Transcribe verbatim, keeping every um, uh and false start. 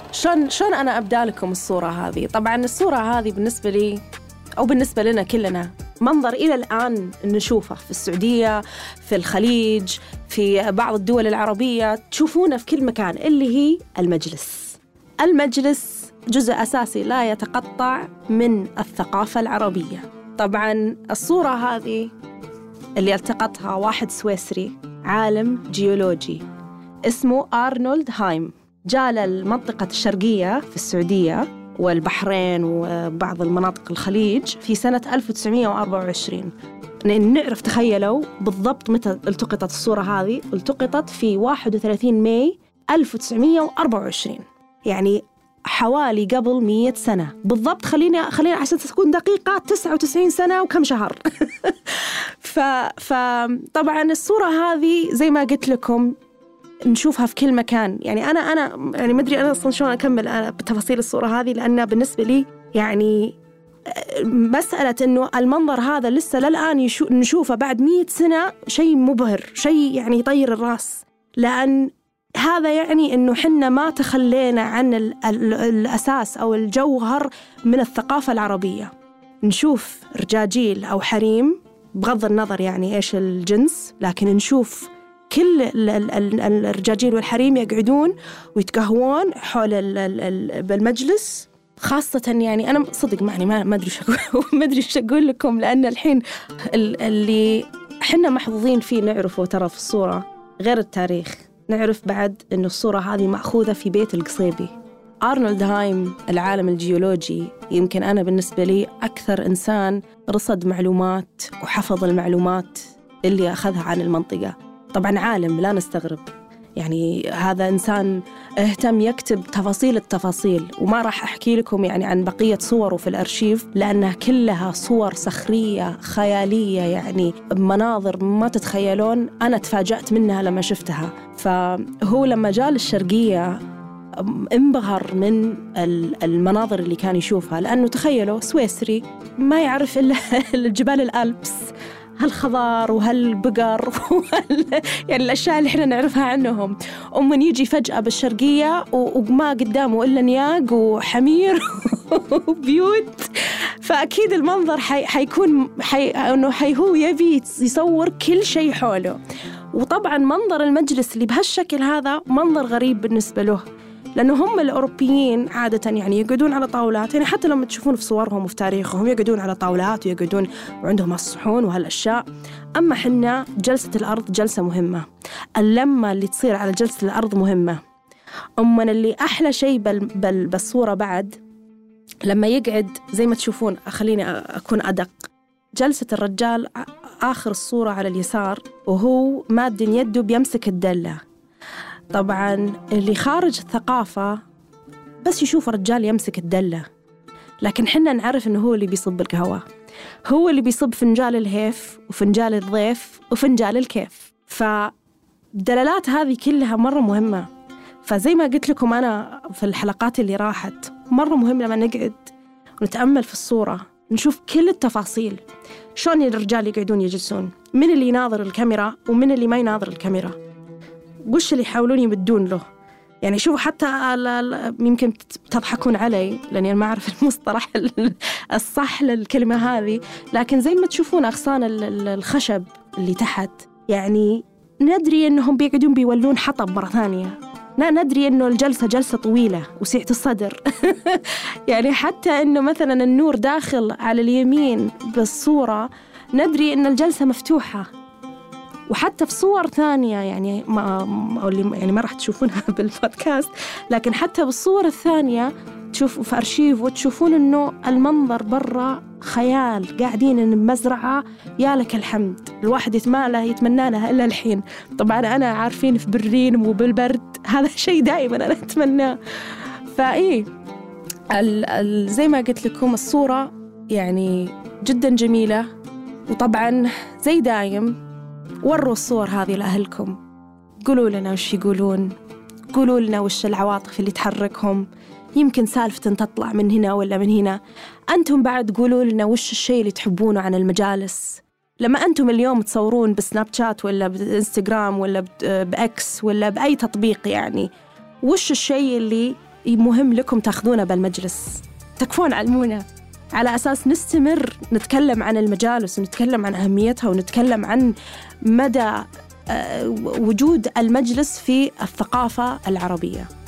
شلون شلون أنا أبدأ لكم الصورة هذه؟ طبعاً الصورة هذه بالنسبة لي أو بالنسبة لنا كلنا منظر إلى الآن نشوفه في السعودية، في الخليج، في بعض الدول العربية، تشوفونه في كل مكان، اللي هي المجلس. المجلس جزء أساسي لا يتقطع من الثقافة العربية. طبعاً الصورة هذه اللي التقطها واحد سويسري عالم جيولوجي اسمه أرنولد هايم، جاء للمنطقة الشرقية في السعودية والبحرين وبعض المناطق الخليج في سنة ألف وتسعمائة وأربعة وعشرين. نعرف تخيلوا بالضبط متى التقطت الصورة هذه؟ التقطت في واحد وثلاثين ماي ألف وتسعمائة وأربعة وعشرين، يعني حوالي قبل مئة سنة بالضبط. خليني خليني عشان تكون دقيقة تسعة وتسعين سنة وكم شهر. ف فطبعا الصورة هذه زي ما قلت لكم نشوفها في كل مكان. يعني أنا أنا يعني ما أدري أنا أصلاً شلون أكمل أنا بتفاصيل الصورة هذه، لأنها بالنسبة لي يعني مسألة إنه المنظر هذا لسه للآن يشو نشوفه بعد مئة سنة شيء مبهر، شيء يعني يطير الرأس، لأن هذا يعني إنه حنا ما تخلينا عن ال ال الأساس أو الجوهر من الثقافة العربية. نشوف رجاجيل أو حريم بغض النظر يعني إيش الجنس، لكن نشوف كل الرجاجيل والحريم يقعدون ويتقهوون حول المجلس. خاصة يعني أنا صدق معني ما ما أدري شو ما أدري شو أقول لكم، لأن الحين اللي حنا محظوظين فيه نعرفه ترى في الصورة غير التاريخ. نعرف بعد إنه الصورة هذه مأخوذة في بيت القصيبي. أرنولد هايم العالم الجيولوجي يمكن أنا بالنسبة لي أكثر إنسان رصد معلومات وحفظ المعلومات اللي أخذها عن المنطقة. طبعاً عالم لا نستغرب، يعني هذا إنسان اهتم يكتب تفاصيل التفاصيل، وما راح أحكي لكم يعني عن بقية صوره في الأرشيف لأنها كلها صور صخرية خيالية، يعني مناظر ما تتخيلون. أنا تفاجأت منها لما شفتها. فهو لما جاء للشرقية انبهر من المناظر اللي كان يشوفها، لأنه تخيلوا سويسري ما يعرف إلا الجبال الألبس، هالخضار وهالبقر وهال يعني الأشياء اللي إحنا نعرفها عنهم. ومن يجي فجأة بالشرقية وما قدامه إلا نياق وحمير وبيوت، فأكيد المنظر حي... حيكون حي... إنه حي هو يبي يصور كل شيء حوله. وطبعاً منظر المجلس اللي بهالشكل هذا منظر غريب بالنسبة له، لأنه هم الأوروبيين عادة يعني يقعدون على طاولات، يعني حتى لما تشوفون في صورهم وفي تاريخهم يقعدون على طاولات ويقعدون وعندهم الصحون وهالأشياء. أما حنا جلسة الأرض جلسة مهمة، اللمة اللي تصير على جلسة الأرض مهمة. أما اللي أحلى شيء بال بال بالصورة بعد لما يقعد زي ما تشوفون، خليني أكون أدق، جلسة الرجال آخر الصورة على اليسار وهو ماد يده بيمسك الدلة. طبعاً اللي خارج الثقافة بس يشوف رجال يمسك الدلة، لكن حنا نعرف إنه هو اللي بيصب القهوة، هو اللي بيصب فنجال الهيف وفنجال الضيف وفنجال الكيف. فالدلالات هذه كلها مرة مهمة. فزي ما قلت لكم أنا في الحلقات اللي راحت، مرة مهم لما نقعد ونتأمل في الصورة نشوف كل التفاصيل، شلون الرجال يقعدون يجلسون، من اللي يناظر الكاميرا ومن اللي ما يناظر الكاميرا، وش اللي يحاولون يمدون له. يعني شوفوا حتى يمكن تضحكون علي لأني ما أعرف المصطلح الصح للكلمة هذه، لكن زي ما تشوفون أغصان الخشب اللي تحت، يعني ندري أنهم بيقعدون بيولون حطب مرة ثانية، لا ندري أنه الجلسة جلسة طويلة وسعة الصدر. يعني حتى أنه مثلا النور داخل على اليمين بالصورة ندري أن الجلسة مفتوحة. وحتى في صور ثانية يعني ما يعني ما راح تشوفونها بالبودكاست، لكن حتى بالصور الثانية تشوفوا في أرشيف وتشوفون إنه المنظر برا خيال، قاعدين بمزرعة يا لك الحمد، الواحد يتمنى يتمنى لها إلا الحين. طبعا أنا عارفين في برلين وبالبرد هذا شيء دائما أنا أتمناه. فإيه ال ال زي ما قلت لكم الصورة يعني جدا جميلة. وطبعا زي دايم وروا الصور هذه لأهلكم، قولوا لنا وش يقولون، قولوا لنا وش العواطف اللي تحركهم، يمكن سالفة تطلع من هنا ولا من هنا. أنتم بعد قولوا لنا وش الشيء اللي تحبونه عن المجالس. لما أنتم اليوم تصورون بسناب شات ولا بإنستغرام ولا بأكس ولا بأي تطبيق، يعني وش الشيء اللي مهم لكم تأخذونه بالمجلس، تكفون علمونا، على أساس نستمر نتكلم عن المجالس ونتكلم عن أهميتها ونتكلم عن مدى وجود المجلس في الثقافة العربية.